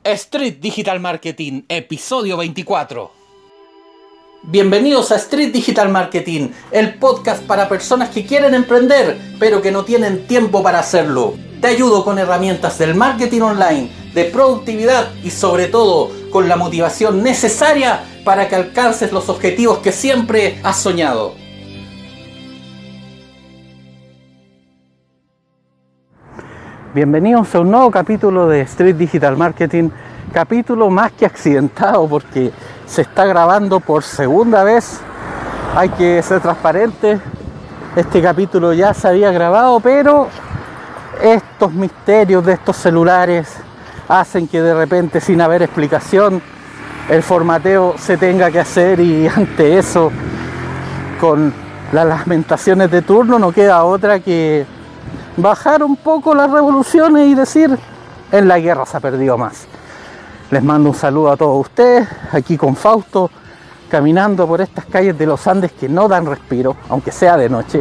Street Digital Marketing, episodio 24. Bienvenidos a Street Digital Marketing, el podcast para personas que quieren emprender, pero que no tienen tiempo para hacerlo. Te ayudo con herramientas del marketing online, de productividad y sobre todo con la motivación necesaria para que alcances los objetivos que siempre has soñado. Bienvenidos a un nuevo capítulo de Street Digital Marketing, capítulo más que accidentado porque se está grabando por segunda vez. Hay que ser transparente, este capítulo ya se había grabado, pero estos misterios de estos celulares hacen que de repente, sin haber explicación, el formateo se tenga que hacer, y ante eso, con las lamentaciones de turno, no queda otra que bajar un poco las revoluciones y decir: en la guerra se ha perdido más. Les mando un saludo a todos ustedes, aquí con Fausto, caminando por estas calles de los Andes que no dan respiro, aunque sea de noche,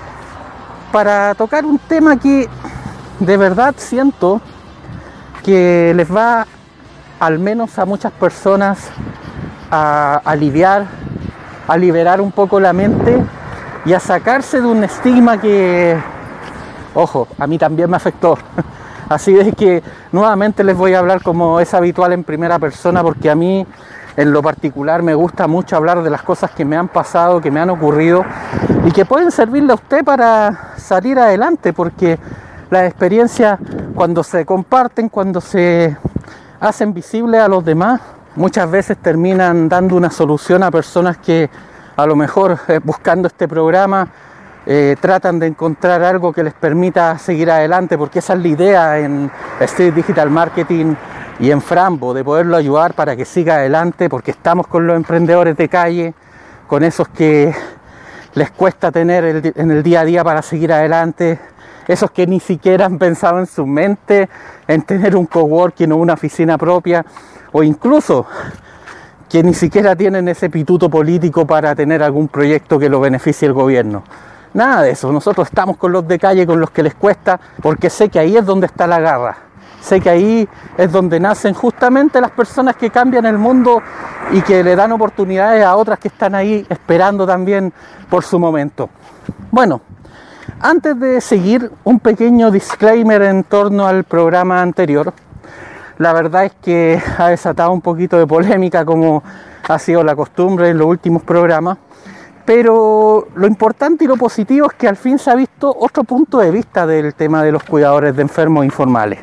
para tocar un tema que de verdad siento que les va, al menos a muchas personas, a aliviar, a liberar un poco la mente y a sacarse de un estigma que, ojo, a mí también me afectó. Así es que nuevamente les voy a hablar, como es habitual, en primera persona, porque a mí en lo particular me gusta mucho hablar de las cosas que me han pasado, que me han ocurrido y que pueden servirle a usted para salir adelante, porque las experiencias, cuando se comparten, cuando se hacen visibles a los demás, muchas veces terminan dando una solución a personas que a lo mejor buscando este programa tratan de encontrar algo que les permita seguir adelante, porque esa es la idea en Street Digital Marketing y en Frambo, de poderlo ayudar para que siga adelante, porque estamos con los emprendedores de calle, con esos que les cuesta tener en el día a día para seguir adelante, esos que ni siquiera han pensado en su mente en tener un coworking o una oficina propia, o incluso que ni siquiera tienen ese pituto político para tener algún proyecto que lo beneficie el gobierno. Nada de eso. Nosotros estamos con los de calle, con los que les cuesta, porque sé que ahí es donde está la garra. Sé que ahí es donde nacen justamente las personas que cambian el mundo y que le dan oportunidades a otras que están ahí esperando también por su momento. Bueno, antes de seguir, un pequeño disclaimer en torno al programa anterior. La verdad es que ha desatado un poquito de polémica, como ha sido la costumbre en los últimos programas. Pero lo importante y lo positivo es que al fin se ha visto otro punto de vista del tema de los cuidadores de enfermos informales.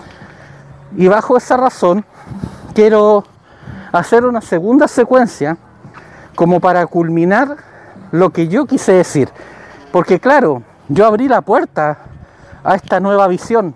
Y bajo esa razón quiero hacer una segunda secuencia como para culminar lo que yo quise decir. Porque claro, yo abrí la puerta a esta nueva visión,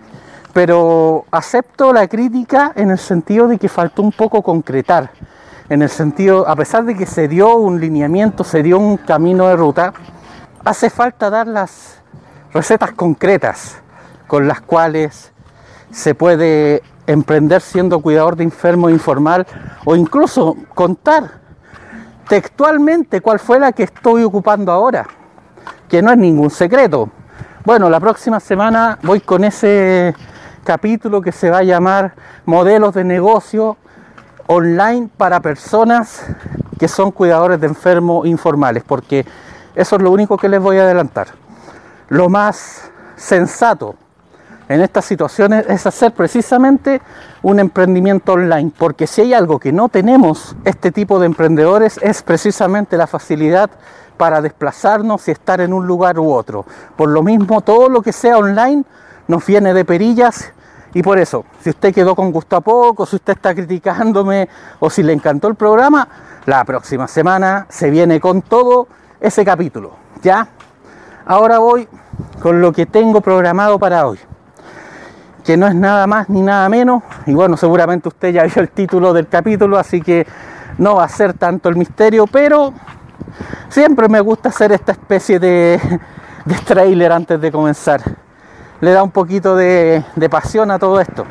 pero acepto la crítica en el sentido de que faltó un poco concretar. En el sentido, a pesar de que se dio un lineamiento, se dio un camino de ruta, hace falta dar las recetas concretas con las cuales se puede emprender siendo cuidador de enfermo informal, o incluso contar textualmente cuál fue la que estoy ocupando ahora, que no es ningún secreto. Bueno, la próxima semana voy con ese capítulo que se va a llamar Modelos de Negocio Online para personas que son cuidadores de enfermos informales, porque eso es lo único que les voy a adelantar. Lo más sensato en estas situaciones es hacer precisamente un emprendimiento online, porque si hay algo que no tenemos este tipo de emprendedores es precisamente la facilidad para desplazarnos y estar en un lugar u otro. Por lo mismo, todo lo que sea online nos viene de perillas. Y por eso, si usted quedó con gusto a poco, si usted está criticándome o si le encantó el programa, la próxima semana se viene con todo ese capítulo, ¿ya? Ahora voy con lo que tengo programado para hoy, que no es nada más ni nada menos, y bueno, seguramente usted ya vio el título del capítulo, así que no va a ser tanto el misterio, pero siempre me gusta hacer esta especie de tráiler antes de comenzar. Le da un poquito de pasión a todo esto.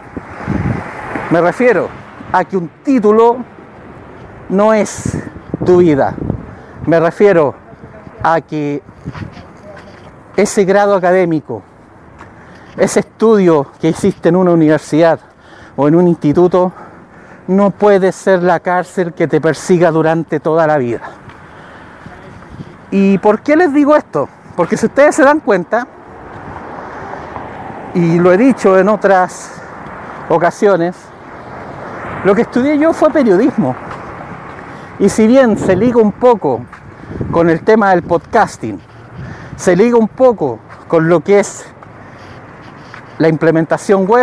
Me refiero a que un título no es tu vida. Me refiero a que ese grado académico, ese estudio que hiciste en una universidad o en un instituto no puede ser la cárcel que te persiga durante toda la vida. ¿Y por qué les digo esto? Porque si ustedes se dan cuenta, y lo he dicho en otras ocasiones, lo que estudié yo fue periodismo. Y si bien se liga un poco con el tema del podcasting, se liga un poco con lo que es la implementación web,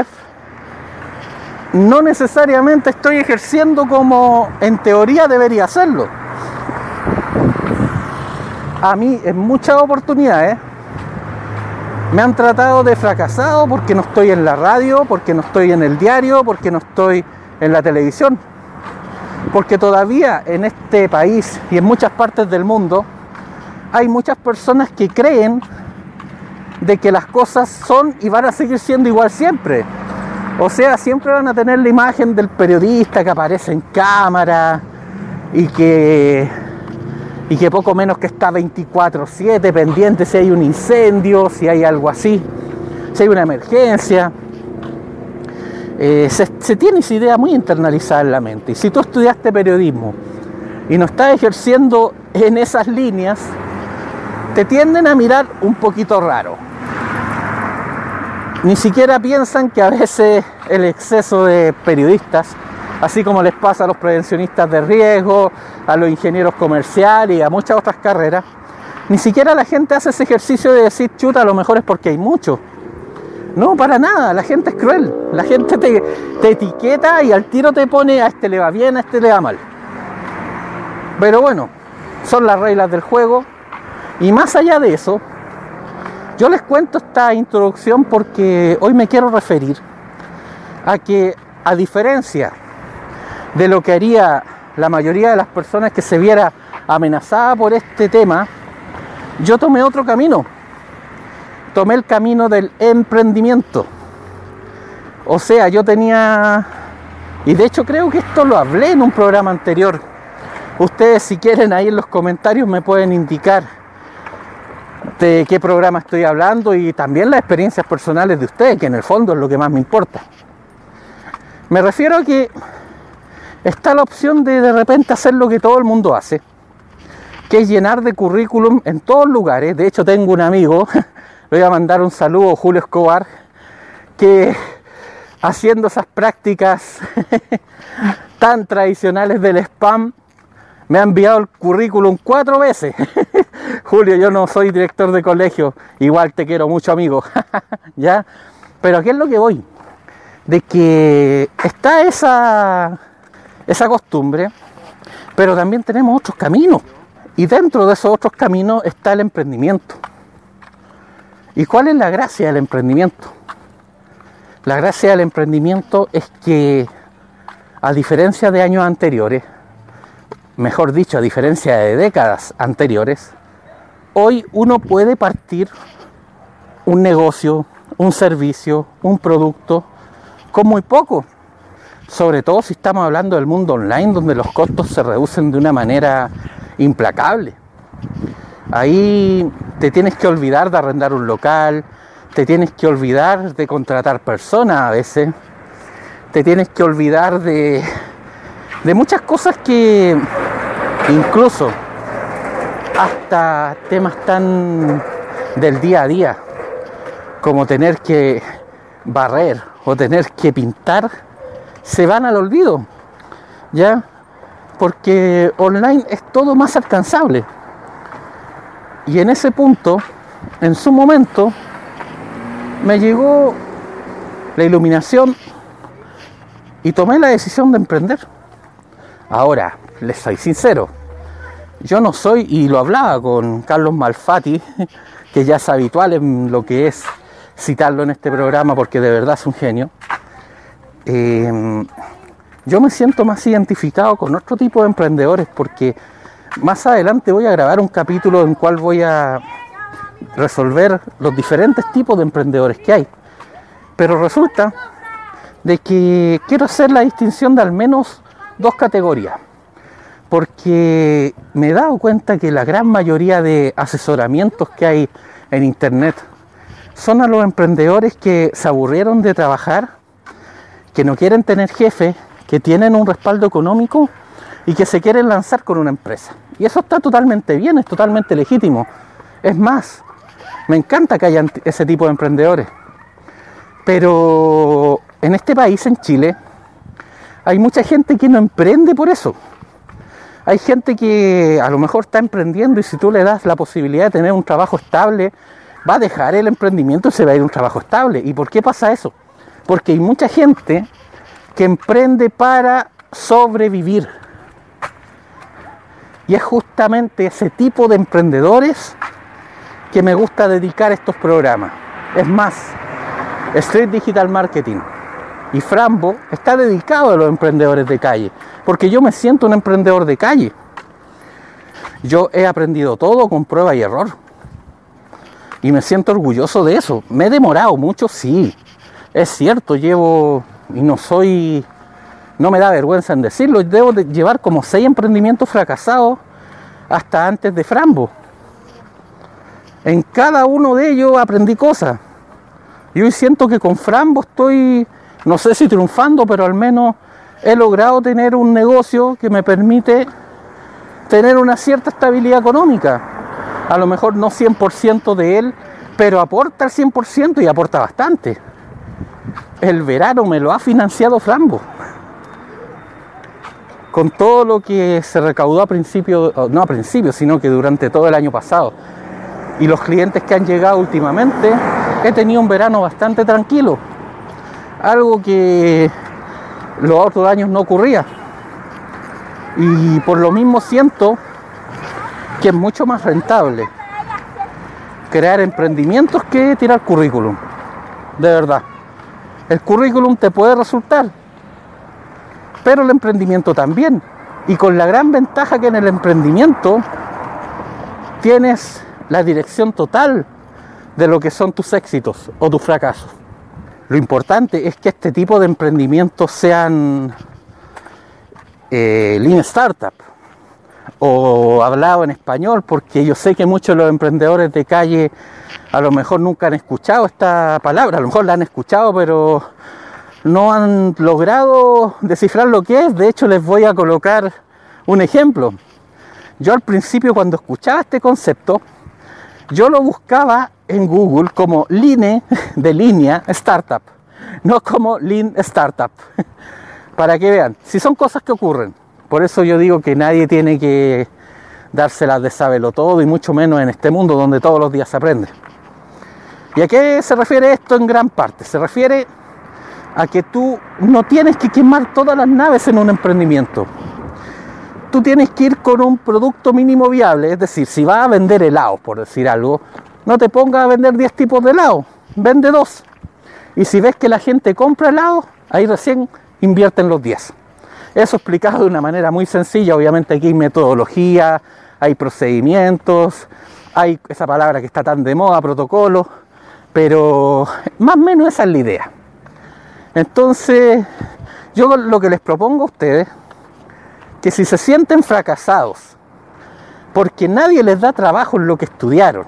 no necesariamente estoy ejerciendo como en teoría debería hacerlo. A mí en muchas oportunidades me han tratado de fracasado porque no estoy en la radio, porque no estoy en el diario, porque no estoy en la televisión. Porque todavía en este país y en muchas partes del mundo hay muchas personas que creen de que las cosas son y van a seguir siendo igual siempre. O sea, siempre van a tener la imagen del periodista que aparece en cámara y que poco menos que está 24/7 pendiente si hay un incendio, si hay algo así, si hay una emergencia. Se tiene esa idea muy internalizada en la mente. Y si tú estudiaste periodismo y no estás ejerciendo en esas líneas, te tienden a mirar un poquito raro. Ni siquiera piensan que a veces el exceso de periodistas, así como les pasa a los prevencionistas de riesgo, a los ingenieros comerciales y a muchas otras carreras, ni siquiera la gente hace ese ejercicio de decir, chuta, a lo mejor es porque hay mucho. No, para nada, la gente es cruel. La gente te etiqueta y al tiro te pone a este le va bien, a este le va mal. Pero bueno, son las reglas del juego. Y más allá de eso, yo les cuento esta introducción porque hoy me quiero referir a que, a diferencia de lo que haría la mayoría de las personas que se viera amenazada por este tema, yo tomé otro camino. Tomé el camino del emprendimiento. O sea, yo tenía, y de hecho creo que esto lo hablé en un programa anterior. Ustedes, si quieren, ahí en los comentarios me pueden indicar de qué programa estoy hablando y también las experiencias personales de ustedes, que en el fondo es lo que más me importa. Me refiero a que está la opción de repente hacer lo que todo el mundo hace, que es llenar de currículum en todos lugares. De hecho, tengo un amigo, le voy a mandar un saludo, Julio Escobar, que haciendo esas prácticas tan tradicionales del spam, me ha enviado el currículum 4 veces. Julio, yo no soy director de colegio, igual te quiero mucho, amigo. ¿Ya? Pero ¿qué es lo que voy? De que está esa costumbre, pero también tenemos otros caminos. Y dentro de esos otros caminos está el emprendimiento. ¿Y cuál es la gracia del emprendimiento? La gracia del emprendimiento es que, a diferencia de años anteriores, mejor dicho, a diferencia de décadas anteriores, hoy uno puede partir un negocio, un servicio, un producto con muy poco. Sobre todo si estamos hablando del mundo online, donde los costos se reducen de una manera implacable. Ahí te tienes que olvidar de arrendar un local, te tienes que olvidar de contratar personas a veces, te tienes que olvidar de muchas cosas que incluso hasta temas tan del día a día como tener que barrer o tener que pintar se van al olvido, ¿ya? Porque online es todo más alcanzable. Y en ese punto, en su momento, me llegó la iluminación y tomé la decisión de emprender. Ahora, les soy sincero, yo no soy, y lo hablaba con Carlos Malfatti, que ya es habitual en lo que es citarlo en este programa porque de verdad es un genio. Yo me siento más identificado con otro tipo de emprendedores porque más adelante voy a grabar un capítulo en el cual voy a resolver los diferentes tipos de emprendedores que hay. Pero resulta de que quiero hacer la distinción de al menos 2 categorías. Porque me he dado cuenta que la gran mayoría de asesoramientos que hay en internet son a los emprendedores que se aburrieron de trabajar, que no quieren tener jefe, que tienen un respaldo económico y que se quieren lanzar con una empresa. Y eso está totalmente bien, es totalmente legítimo. Es más, me encanta que haya ese tipo de emprendedores. Pero en este país, en Chile, hay mucha gente que no emprende por eso. Hay gente que a lo mejor está emprendiendo y si tú le das la posibilidad de tener un trabajo estable, va a dejar el emprendimiento y se va a ir a un trabajo estable. ¿Y por qué pasa eso? Porque hay mucha gente que emprende para sobrevivir. Y es justamente ese tipo de emprendedores que me gusta dedicar estos programas. Es más, Street Digital Marketing y Frambo está dedicado a los emprendedores de calle, porque yo me siento un emprendedor de calle. Yo he aprendido todo con prueba y error y me siento orgulloso de eso. Me he demorado mucho, sí, es cierto, no me da vergüenza en decirlo, debo de llevar como 6 emprendimientos fracasados hasta antes de Frambo. En cada uno de ellos aprendí cosas. Y hoy siento que con Frambo estoy, no sé si triunfando, pero al menos he logrado tener un negocio que me permite tener una cierta estabilidad económica. A lo mejor no 100% de él, pero aporta el 100% y aporta bastante. El verano me lo ha financiado Frambo. Con todo lo que se recaudó no a principio, sino que durante todo el año pasado. Y los clientes que han llegado últimamente, he tenido un verano bastante tranquilo. Algo que los otros años no ocurría. Y por lo mismo siento que es mucho más rentable crear emprendimientos que tirar currículum. De verdad. El currículum te puede resultar, pero el emprendimiento también. Y con la gran ventaja que en el emprendimiento tienes la dirección total de lo que son tus éxitos o tus fracasos. Lo importante es que este tipo de emprendimientos sean Lean Startup o hablado en español, porque yo sé que muchos de los emprendedores de calle a lo mejor nunca han escuchado esta palabra, a lo mejor la han escuchado pero no han logrado descifrar lo que es. De hecho, les voy a colocar un ejemplo. Yo al principio, cuando escuchaba este concepto, yo lo buscaba en Google como Line de línea Startup, no como Lean Startup, para que vean, si son cosas que ocurren. Por eso yo digo que nadie tiene que dárselas de sábelo todo, y mucho menos en este mundo donde todos los días se aprende. ¿Y a qué se refiere esto en gran parte? Se refiere a que tú no tienes que quemar todas las naves en un emprendimiento. Tú tienes que ir con un producto mínimo viable, es decir, si vas a vender helados, por decir algo, no te pongas a vender 10 tipos de helados, vende 2. Y si ves que la gente compra helados, ahí recién invierte en los 10. Eso explicado de una manera muy sencilla. Obviamente aquí hay metodología, hay procedimientos, hay esa palabra que está tan de moda, protocolo, pero más o menos esa es la idea. Entonces, yo lo que les propongo a ustedes, que si se sienten fracasados porque nadie les da trabajo en lo que estudiaron,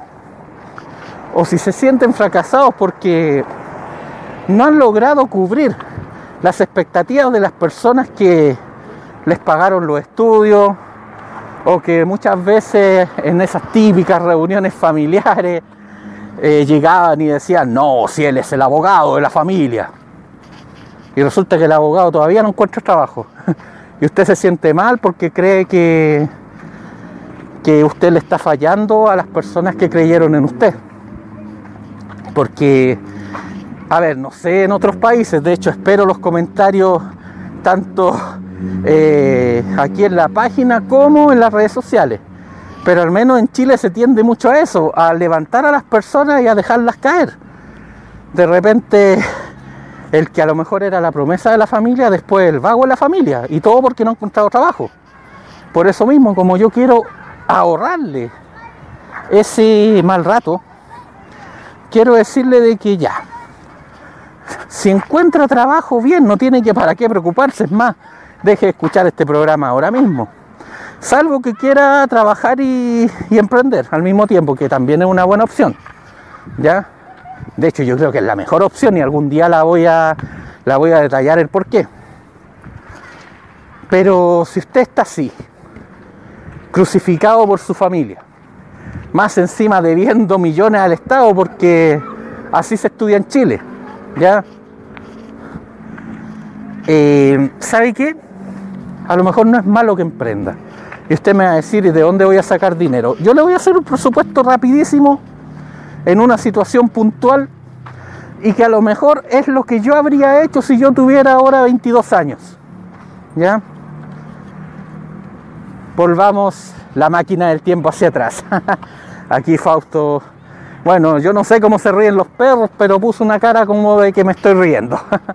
o si se sienten fracasados porque no han logrado cubrir las expectativas de las personas que les pagaron los estudios, o que muchas veces en esas típicas reuniones familiares llegaban y decían, no, si él es el abogado de la familia, y resulta que el abogado todavía no encuentra trabajo. Y usted se siente mal porque cree que usted le está fallando a las personas que creyeron en usted. Porque, a ver, no sé en otros países, de hecho espero los comentarios tanto aquí en la página como en las redes sociales. Pero al menos en Chile se tiende mucho a eso, a levantar a las personas y a dejarlas caer. De repente, el que a lo mejor era la promesa de la familia, después el vago de la familia, y todo porque no ha encontrado trabajo. Por eso mismo, como yo quiero ahorrarle ese mal rato, quiero decirle de que ya, si encuentra trabajo, bien, no tiene que para qué preocuparse. Es más, deje de escuchar este programa ahora mismo, salvo que quiera trabajar y emprender al mismo tiempo, que también es una buena opción, ¿ya? De hecho, yo creo que es la mejor opción y algún día la voy a la voy a detallar el por qué. Pero si usted está así, crucificado por su familia, más encima debiendo millones al Estado, porque así se estudia en Chile, ¿ya? ¿Sabe qué? A lo mejor no es malo que emprenda. Y usted me va a decir, ¿y de dónde voy a sacar dinero? Yo le voy a hacer un presupuesto rapidísimo en una situación puntual y que a lo mejor es lo que yo habría hecho si yo tuviera ahora 22 años, ¿ya? Volvamos la máquina del tiempo hacia atrás. Aquí Fausto, bueno, yo no sé cómo se ríen los perros, pero puso una cara como de que me estoy riendo.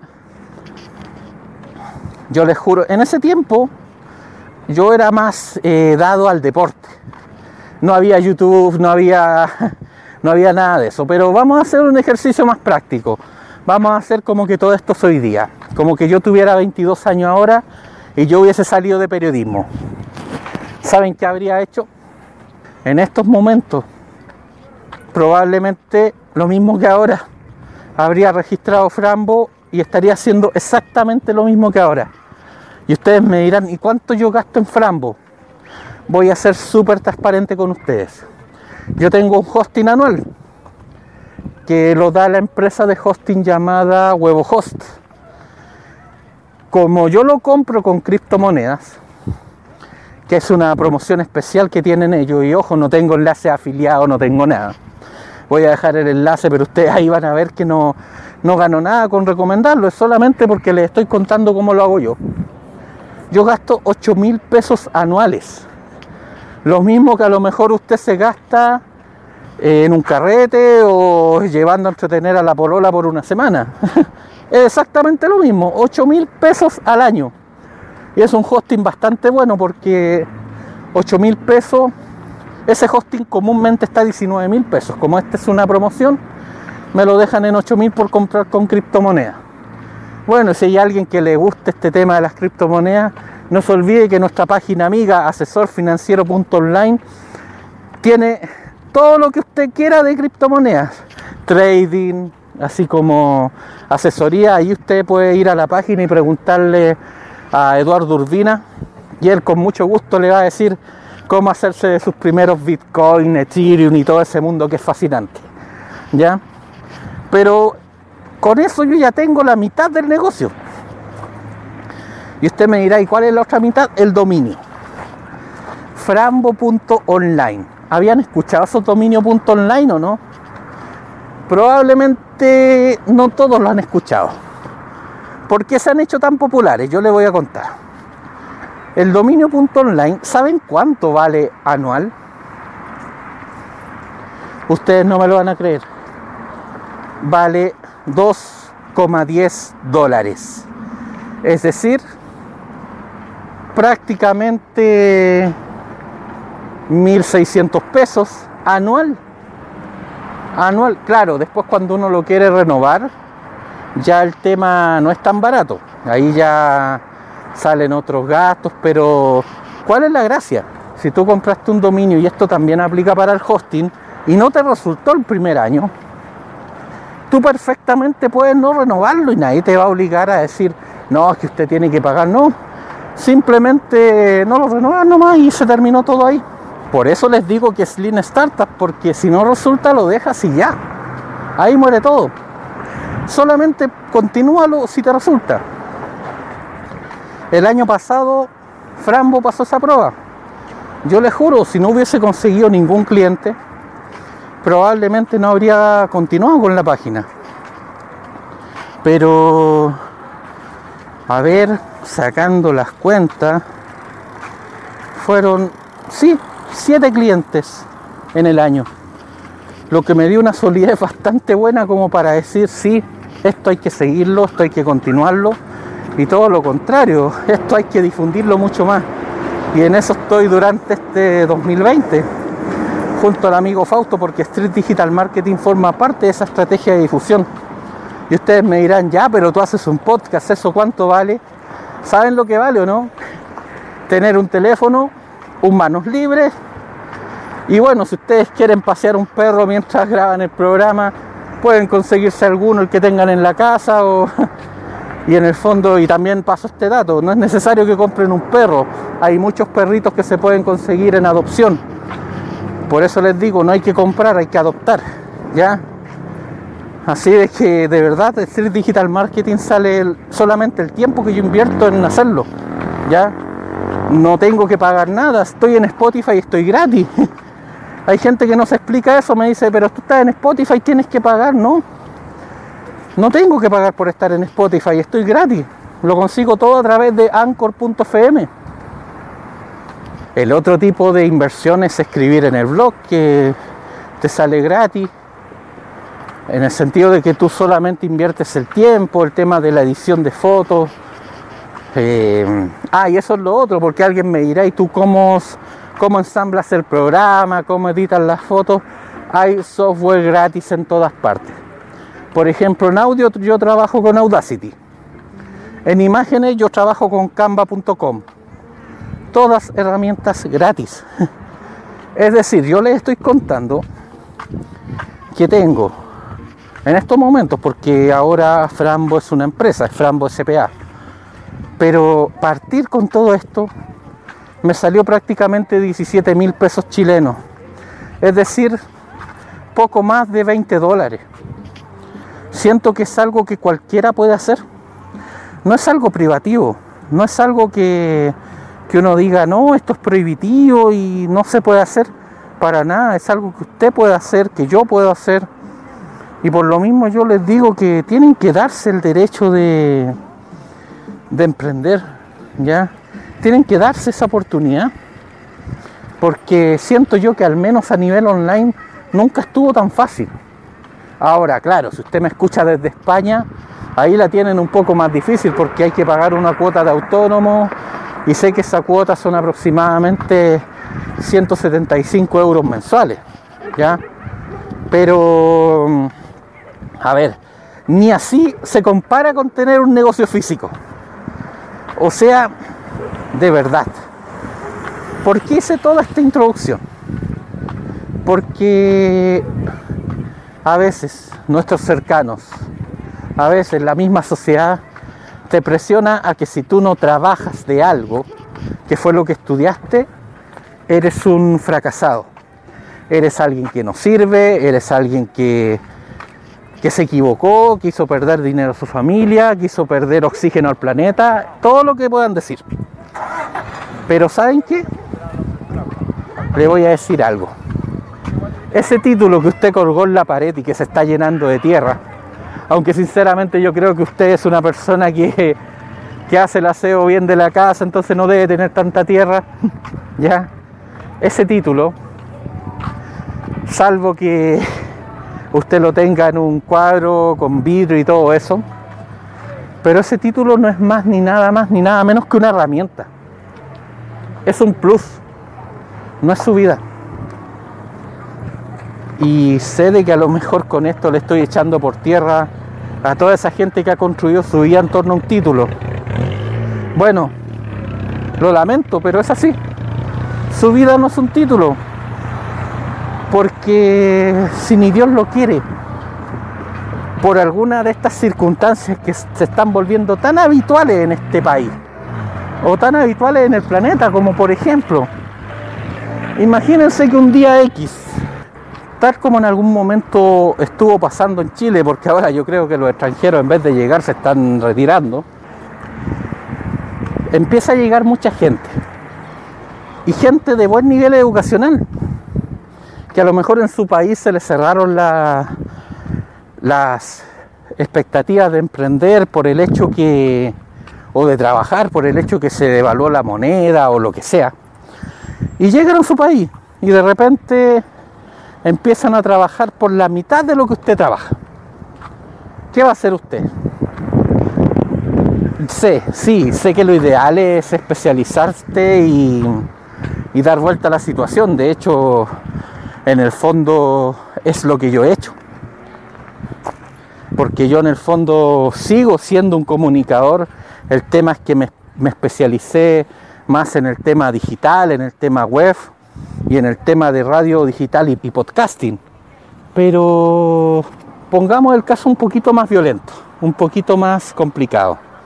Yo les juro, en ese tiempo yo era más dado al deporte. No había YouTube, no había nada de eso. Pero vamos a hacer un ejercicio más práctico. Vamos a hacer como que todo esto es hoy día. Como que yo tuviera 22 años ahora y yo hubiese salido de periodismo. ¿Saben qué habría hecho? En estos momentos, probablemente lo mismo que ahora. Habría registrado Frambo y estaría haciendo exactamente lo mismo que ahora. Y ustedes me dirán, ¿y cuánto yo gasto en Frambo? Voy a ser súper transparente con ustedes. Yo tengo un hosting anual que lo da la empresa de hosting llamada WeboHost. Como yo lo compro con criptomonedas, que es una promoción especial que tienen ellos, y ojo, no tengo enlace afiliado, no tengo nada. Voy a dejar el enlace, pero ustedes ahí van a ver que no gano nada con recomendarlo, es solamente porque les estoy contando cómo lo hago yo. Yo gasto 8.000 pesos anuales. Lo mismo que a lo mejor usted se gasta en un carrete o llevando a entretener a la polola por una semana. Es exactamente lo mismo, 8.000 pesos al año. Y es un hosting bastante bueno porque 8.000 pesos, ese hosting comúnmente está a 19.000 pesos. Como esta es una promoción, me lo dejan en 8.000 por comprar con criptomonedas. Bueno, si hay alguien que le guste este tema de las criptomonedas, no se olvide que nuestra página amiga asesorfinanciero.online tiene todo lo que usted quiera de criptomonedas, trading, así como asesoría. Ahí usted puede ir a la página y preguntarle a Eduardo Urbina y él con mucho gusto le va a decir cómo hacerse de sus primeros Bitcoin, Ethereum y todo ese mundo que es fascinante, ¿ya? Pero con eso yo ya tengo la mitad del negocio. Y usted me dirá, ¿y cuál es la otra mitad? El dominio. Frambo.online. ¿Habían escuchado esos dominio.online o no? Probablemente no todos lo han escuchado. ¿Por qué se han hecho tan populares? Yo les voy a contar. El dominio.online, ¿saben cuánto vale anual? Ustedes no me lo van a creer. Vale $2,10. Es decir, prácticamente 1.600 pesos anual. Anual, claro, después cuando uno lo quiere renovar, ya el tema no es tan barato. Ahí ya salen otros gastos, pero ¿cuál es la gracia? Si tú compraste un dominio, y esto también aplica para el hosting, y no te resultó el primer año, tú perfectamente puedes no renovarlo y nadie te va a obligar a decir, no, es que usted tiene que pagar. No, simplemente no lo renovas nomás y se terminó todo ahí. Por eso les digo que es Lean Startup, porque si no resulta lo dejas y ya, ahí muere todo. Solamente continúalo si te resulta. El año pasado Frambo pasó esa prueba. Yo les juro, si no hubiese conseguido ningún cliente, probablemente no habría continuado con la página. Pero, a ver, sacando las cuentas, fueron, sí, 7 clientes en el año. Lo que me dio una solidez bastante buena como para decir, sí, esto hay que seguirlo, esto hay que continuarlo. Y todo lo contrario, esto hay que difundirlo mucho más. Y en eso estoy durante este 2020, junto al amigo Fausto, porque Street Digital Marketing forma parte de esa estrategia de difusión. Y ustedes me dirán, ya, pero tú haces un podcast, ¿eso cuánto vale? ¿Saben lo que vale o no? Tener un teléfono, un manos libres, y bueno, si ustedes quieren pasear un perro mientras graban el programa, pueden conseguirse alguno, el que tengan en la casa, o Y en el fondo, y también paso este dato, no es necesario que compren un perro. Hay muchos perritos que se pueden conseguir en adopción. Por eso les digo, no hay que comprar, hay que adoptar, ¿ya? Así es que de verdad Street Digital Marketing sale solamente el tiempo que yo invierto en hacerlo, ¿ya? No tengo que pagar nada, estoy en Spotify y estoy gratis. Hay gente que no se explica eso, me dice, pero tú estás en Spotify, tienes que pagar. No, no tengo que pagar por estar en Spotify, estoy gratis. Lo consigo todo a través de Anchor.fm. El otro tipo de inversión es escribir en el blog, que te sale gratis, en el sentido de que tú solamente inviertes el tiempo, el tema de la edición de fotos. Y eso es lo otro, porque alguien me dirá, ¿y tú cómo ensamblas el programa? ¿Cómo editas las fotos? Hay software gratis en todas partes. Por ejemplo, en audio yo trabajo con Audacity. En imágenes yo trabajo con Canva.com. Todas herramientas gratis. Es decir, yo les estoy contando que tengo en estos momentos, porque ahora Frambo es una empresa, es Frambo S.p.A. Pero partir con todo esto me salió prácticamente 17.000 pesos chilenos. Es decir, poco más de $20. Siento que es algo que cualquiera puede hacer. No es algo privativo. No es algo que uno diga, no, esto es prohibitivo y no se puede hacer. Para nada. Es algo que usted puede hacer, que yo puedo hacer. Y por lo mismo yo les digo que tienen que darse el derecho de emprender, ¿ya? Tienen que darse esa oportunidad, porque siento yo que al menos a nivel online nunca estuvo tan fácil. Ahora, claro, si usted me escucha desde España, ahí la tienen un poco más difícil, porque hay que pagar una cuota de autónomo, y sé que esa cuota son aproximadamente 175 euros mensuales, ¿ya? Pero, a ver, ni así se compara con tener un negocio físico. O sea, de verdad, ¿por qué hice toda esta introducción? Porque a veces nuestros cercanos, a veces la misma sociedad te presiona a que si tú no trabajas de algo, que fue lo que estudiaste, eres un fracasado. Eres alguien que no sirve, eres alguien que se equivocó, quiso perder dinero a su familia, quiso perder oxígeno al planeta, todo lo que puedan decir. Pero ¿saben qué? Le voy a decir algo. Ese título que usted colgó en la pared y que se está llenando de tierra, aunque sinceramente yo creo que usted es una persona que hace el aseo bien de la casa, entonces no debe tener tanta tierra, ¿ya? Ese título, salvo que usted lo tenga en un cuadro con vidrio y todo eso, pero ese título no es más ni nada menos que una herramienta. Es un plus, no es su vida. Y sé de que a lo mejor con esto le estoy echando por tierra a toda esa gente que ha construido su vida en torno a un título. Bueno, lo lamento, pero es así. Su vida no es un título, porque si ni Dios lo quiere, por alguna de estas circunstancias que se están volviendo tan habituales en este país, o tan habituales en el planeta, como por ejemplo, imagínense que un día X, tal como en algún momento estuvo pasando en Chile, porque ahora yo creo que los extranjeros en vez de llegar se están retirando, empieza a llegar mucha gente, y gente de buen nivel educacional, que a lo mejor en su país se les cerraron las expectativas de emprender por el hecho o de trabajar por el hecho que se devaluó la moneda o lo que sea, y llegan a su país y de repente empiezan a trabajar por la mitad de lo que usted trabaja. ¿Qué va a hacer usted? Sé que lo ideal es especializarte y dar vuelta a la situación. De hecho, en el fondo es lo que yo he hecho, porque yo en el fondo sigo siendo un comunicador. El tema es que me especialicé más en el tema digital, en el tema web y en el tema de radio digital y podcasting. Pero pongamos el caso un poquito más violento, un poquito más complicado.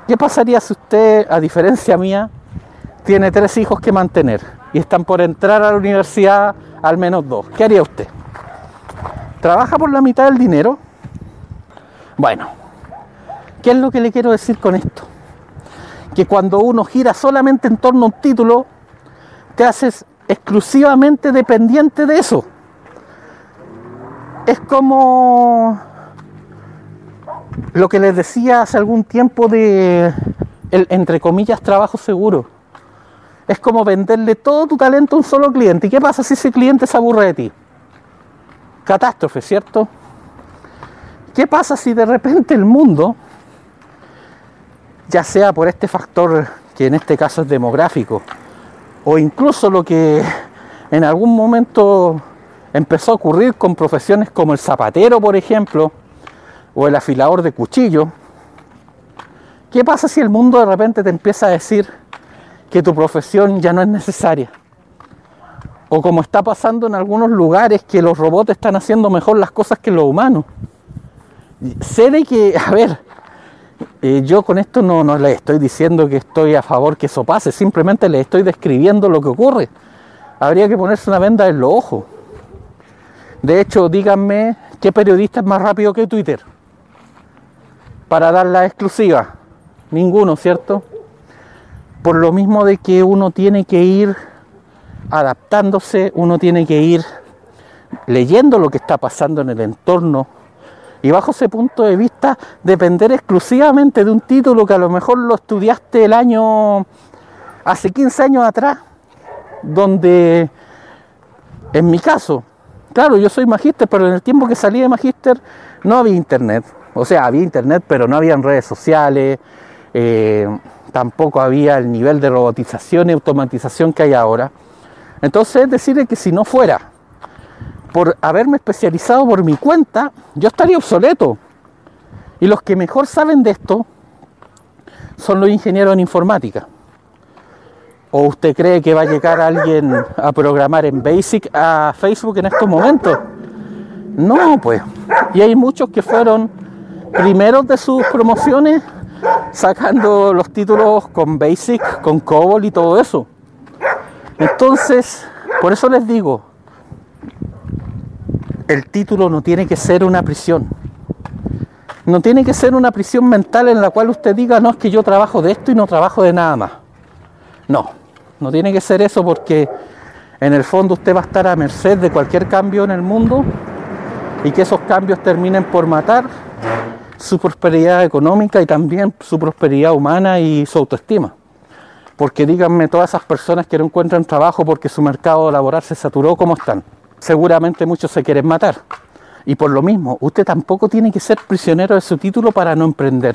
¿Qué pasaría si usted, a diferencia mía, tiene 3 hijos que mantener y están por entrar a la universidad al menos 2? ¿Qué haría usted? ¿Trabaja por la mitad del dinero? Bueno, ¿qué es lo que le quiero decir con esto? Que cuando uno gira solamente en torno a un título, te haces exclusivamente dependiente de eso. Es como lo que les decía hace algún tiempo de el, entre comillas, trabajo seguro. Es como venderle todo tu talento a un solo cliente. ¿Y qué pasa si ese cliente se aburre de ti? Catástrofe, ¿cierto? ¿Qué pasa si de repente el mundo, ya sea por este factor que en este caso es demográfico, o incluso lo que en algún momento empezó a ocurrir con profesiones como el zapatero, por ejemplo, o el afilador de cuchillo? ¿Qué pasa si el mundo de repente te empieza a decir que tu profesión ya no es necesaria? O como está pasando en algunos lugares, que los robots están haciendo mejor las cosas que los humanos. Sé de que, a ver, yo con esto no les estoy diciendo que estoy a favor que eso pase, simplemente les estoy describiendo lo que ocurre. Habría que ponerse una venda en los ojos. De hecho, díganme, ¿qué periodista es más rápido que Twitter para dar la exclusiva? Ninguno, ¿cierto? Por lo mismo de que uno tiene que ir adaptándose, uno tiene que ir leyendo lo que está pasando en el entorno, y bajo ese punto de vista depender exclusivamente de un título que a lo mejor lo estudiaste hace 15 años atrás, donde en mi caso, claro, yo soy magíster, pero en el tiempo que salí de magíster no había internet. O sea, había internet, pero no habían redes sociales, tampoco había el nivel de robotización y automatización que hay ahora. Entonces, es decir, que si no fuera por haberme especializado por mi cuenta, yo estaría obsoleto. Y los que mejor saben de esto son los ingenieros en informática. ¿O usted cree que va a llegar alguien a programar en Basic a Facebook en estos momentos? No, pues. Y hay muchos que fueron primeros de sus promociones sacando los títulos con Basic, con COBOL y todo eso. Entonces, por eso les digo, el título no tiene que ser una prisión. No tiene que ser una prisión mental en la cual usted diga, no, es que yo trabajo de esto y no trabajo de nada más. No tiene que ser eso, porque en el fondo usted va a estar a merced de cualquier cambio en el mundo y que esos cambios terminen por matar su prosperidad económica y también su prosperidad humana y su autoestima. Porque díganme, todas esas personas que no encuentran trabajo porque su mercado laboral se saturó, ¿cómo están? Seguramente muchos se quieren matar. Y por lo mismo, usted tampoco tiene que ser prisionero de su título para no emprender.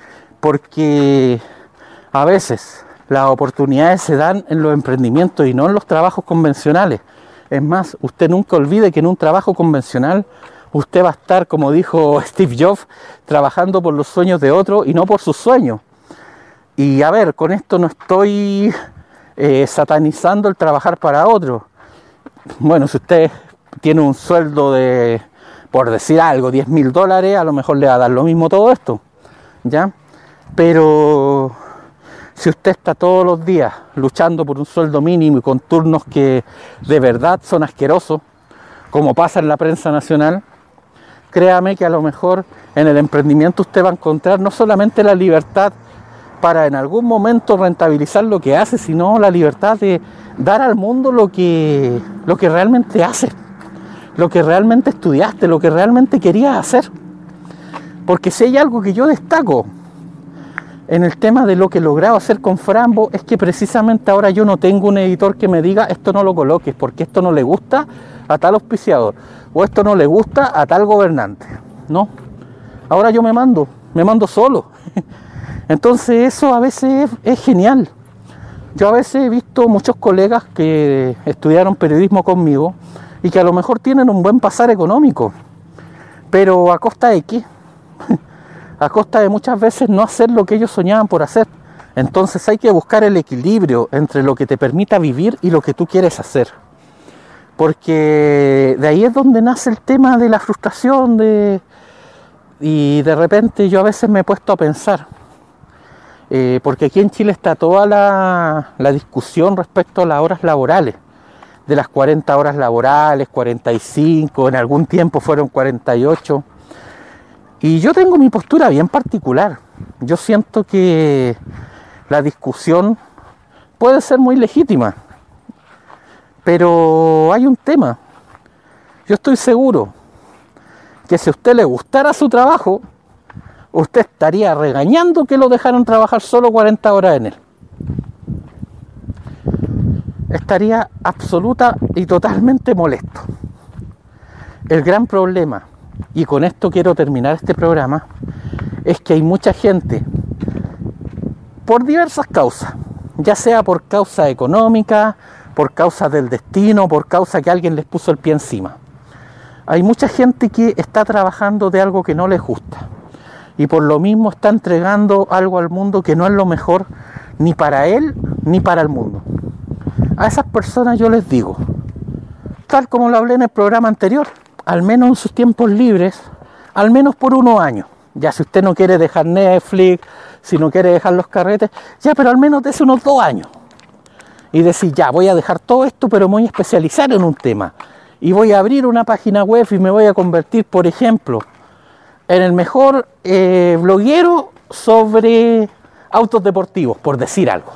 Porque a veces las oportunidades se dan en los emprendimientos y no en los trabajos convencionales. Es más, usted nunca olvide que en un trabajo convencional usted va a estar, como dijo Steve Jobs, trabajando por los sueños de otro y no por sus sueños. Y a ver, con esto no estoy satanizando el trabajar para otro. Bueno, si usted tiene un sueldo de, por decir algo, $10,000, a lo mejor le va a dar lo mismo todo esto, ¿ya? Pero si usted está todos los días luchando por un sueldo mínimo y con turnos que de verdad son asquerosos, como pasa en la prensa nacional, créame que a lo mejor en el emprendimiento usted va a encontrar no solamente la libertad para en algún momento rentabilizar lo que hace, sino la libertad de dar al mundo lo que realmente haces, lo que realmente estudiaste, lo que realmente querías hacer. Porque si hay algo que yo destaco en el tema de lo que he logrado hacer con Frambo, es que precisamente ahora yo no tengo un editor que me diga esto no lo coloques porque esto no le gusta a tal auspiciador o esto no le gusta a tal gobernante. No, ahora yo me mando solo. Entonces eso a veces es genial. Yo a veces he visto muchos colegas que estudiaron periodismo conmigo y que a lo mejor tienen un buen pasar económico, pero ¿a costa de qué? A costa de muchas veces no hacer lo que ellos soñaban por hacer. Entonces hay que buscar el equilibrio entre lo que te permita vivir y lo que tú quieres hacer. Porque de ahí es donde nace el tema de la frustración. Y de repente yo a veces me he puesto a pensar, porque aquí en Chile está toda la discusión respecto a las horas laborales, de las 40 horas laborales, 45, en algún tiempo fueron 48. Y yo tengo mi postura bien particular. Yo siento que la discusión puede ser muy legítima, pero hay un tema. Yo estoy seguro que si a usted le gustara su trabajo, usted estaría regañando que lo dejaron trabajar solo 40 horas en él. Estaría absoluta y totalmente molesto. El gran problema, y con esto quiero terminar este programa, es que hay mucha gente, por diversas causas, ya sea por causa económica, por causa del destino, por causa que alguien les puso el pie encima. Hay mucha gente que está trabajando de algo que no les gusta y por lo mismo está entregando algo al mundo que no es lo mejor ni para él ni para el mundo. A esas personas yo les digo, tal como lo hablé en el programa anterior, al menos en sus tiempos libres, al menos por unos años. Ya si usted no quiere dejar Netflix, si no quiere dejar los carretes, ya, pero al menos desde unos 2 años. Y decir, ya, voy a dejar todo esto, pero me voy a especializar en un tema. Y voy a abrir una página web y me voy a convertir, por ejemplo, en el mejor bloguero sobre autos deportivos, por decir algo.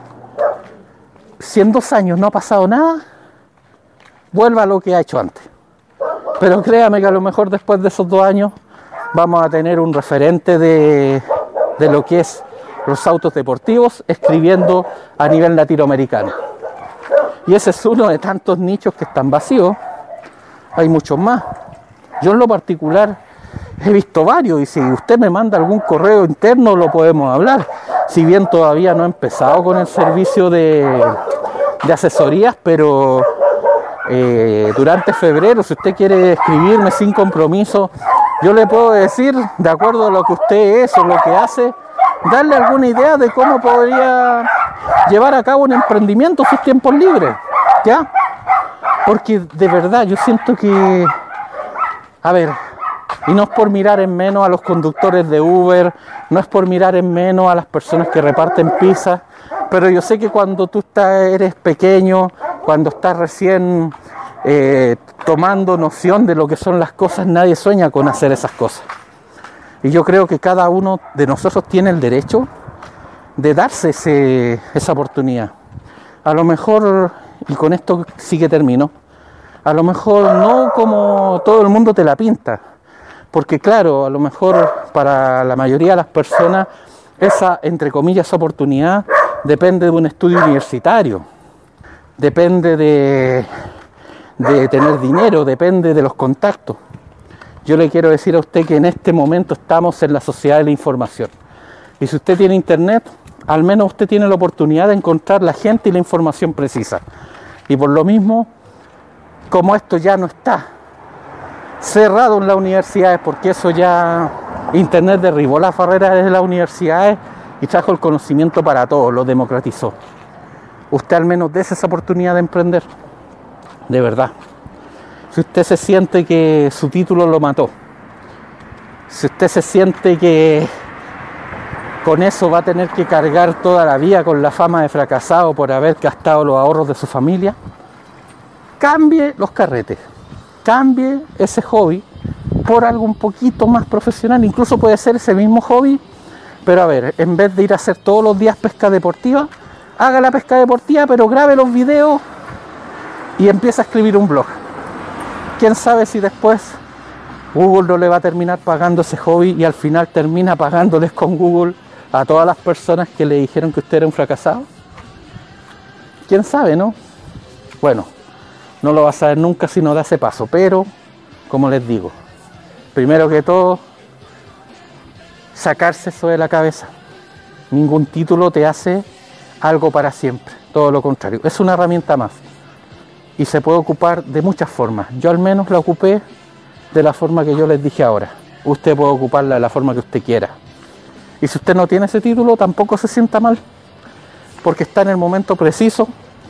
Si en 2 años no ha pasado nada, vuelva a lo que ha hecho antes. Pero créame que a lo mejor después de esos 2 años vamos a tener un referente de lo que es los autos deportivos escribiendo a nivel latinoamericano. Y ese es uno de tantos nichos que están vacíos. Hay muchos más. Yo en lo particular he visto varios y si usted me manda algún correo interno lo podemos hablar. Si bien todavía no he empezado con el servicio de asesorías, pero durante febrero, si usted quiere escribirme sin compromiso, yo le puedo decir, de acuerdo a lo que usted es o lo que hace, darle alguna idea de cómo podría llevar a cabo un emprendimiento en sus tiempos libres, ¿ya? Porque de verdad yo siento que, a ver, y no es por mirar en menos a los conductores de Uber, no es por mirar en menos a las personas que reparten pizza, pero yo sé que cuando tú eres pequeño, cuando estás recién tomando noción de lo que son las cosas, nadie sueña con hacer esas cosas. Y yo creo que cada uno de nosotros tiene el derecho de darse esa oportunidad. A lo mejor, y con esto sí que termino, a lo mejor no como todo el mundo te la pinta, porque claro, a lo mejor para la mayoría de las personas esa, entre comillas, oportunidad depende de un estudio universitario, depende de tener dinero, depende de los contactos. Yo le quiero decir a usted que en este momento estamos en la sociedad de la información. Y si usted tiene internet, al menos usted tiene la oportunidad de encontrar la gente y la información precisa. Y por lo mismo, como esto ya no está cerrado en las universidades, porque eso ya, internet derribó las barreras de las universidades y trajo el conocimiento para todos, lo democratizó. Usted al menos dése esa oportunidad de emprender, de verdad. Si usted se siente que su título lo mató, si usted se siente que con eso va a tener que cargar toda la vida con la fama de fracasado por haber gastado los ahorros de su familia, cambie los carretes, cambie ese hobby por algo un poquito más profesional. Incluso puede ser ese mismo hobby, pero a ver, en vez de ir a hacer todos los días pesca deportiva, haga la pesca deportiva, pero grabe los videos y empieza a escribir un blog. Quién sabe si después Google no le va a terminar pagando ese hobby y al final termina pagándoles con Google a todas las personas que le dijeron que usted era un fracasado. Quién sabe, ¿no? Bueno, no lo va a saber nunca si no da ese paso, pero como les digo, primero que todo, sacarse eso de la cabeza. Ningún título te hace algo para siempre, todo lo contrario, es una herramienta más. Y se puede ocupar de muchas formas. Yo al menos la ocupé de la forma que yo les dije ahora. Usted puede ocuparla de la forma que usted quiera. Y si usted no tiene ese título, tampoco se sienta mal, porque está en el momento preciso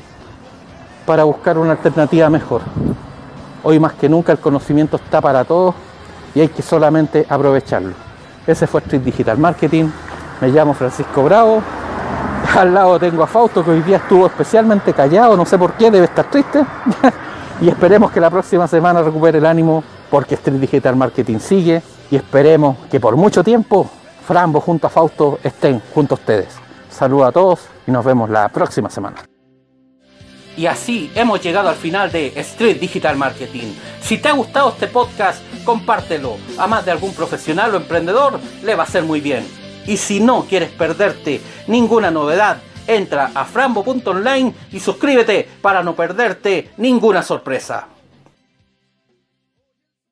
para buscar una alternativa mejor. Hoy más que nunca el conocimiento está para todos y hay que solamente aprovecharlo. Ese fue Street Digital Marketing. Me llamo Francisco Bravo. Al lado tengo a Fausto, que hoy día estuvo especialmente callado, no sé por qué, debe estar triste. Y esperemos que la próxima semana recupere el ánimo, porque Street Digital Marketing sigue. Y esperemos que por mucho tiempo Frambo junto a Fausto estén junto a ustedes. Saludos a todos y nos vemos la próxima semana. Y así hemos llegado al final de Street Digital Marketing. Si te ha gustado este podcast, compártelo. A más de algún profesional o emprendedor le va a hacer muy bien. Y si no quieres perderte ninguna novedad, entra a frambo.online y suscríbete para no perderte ninguna sorpresa.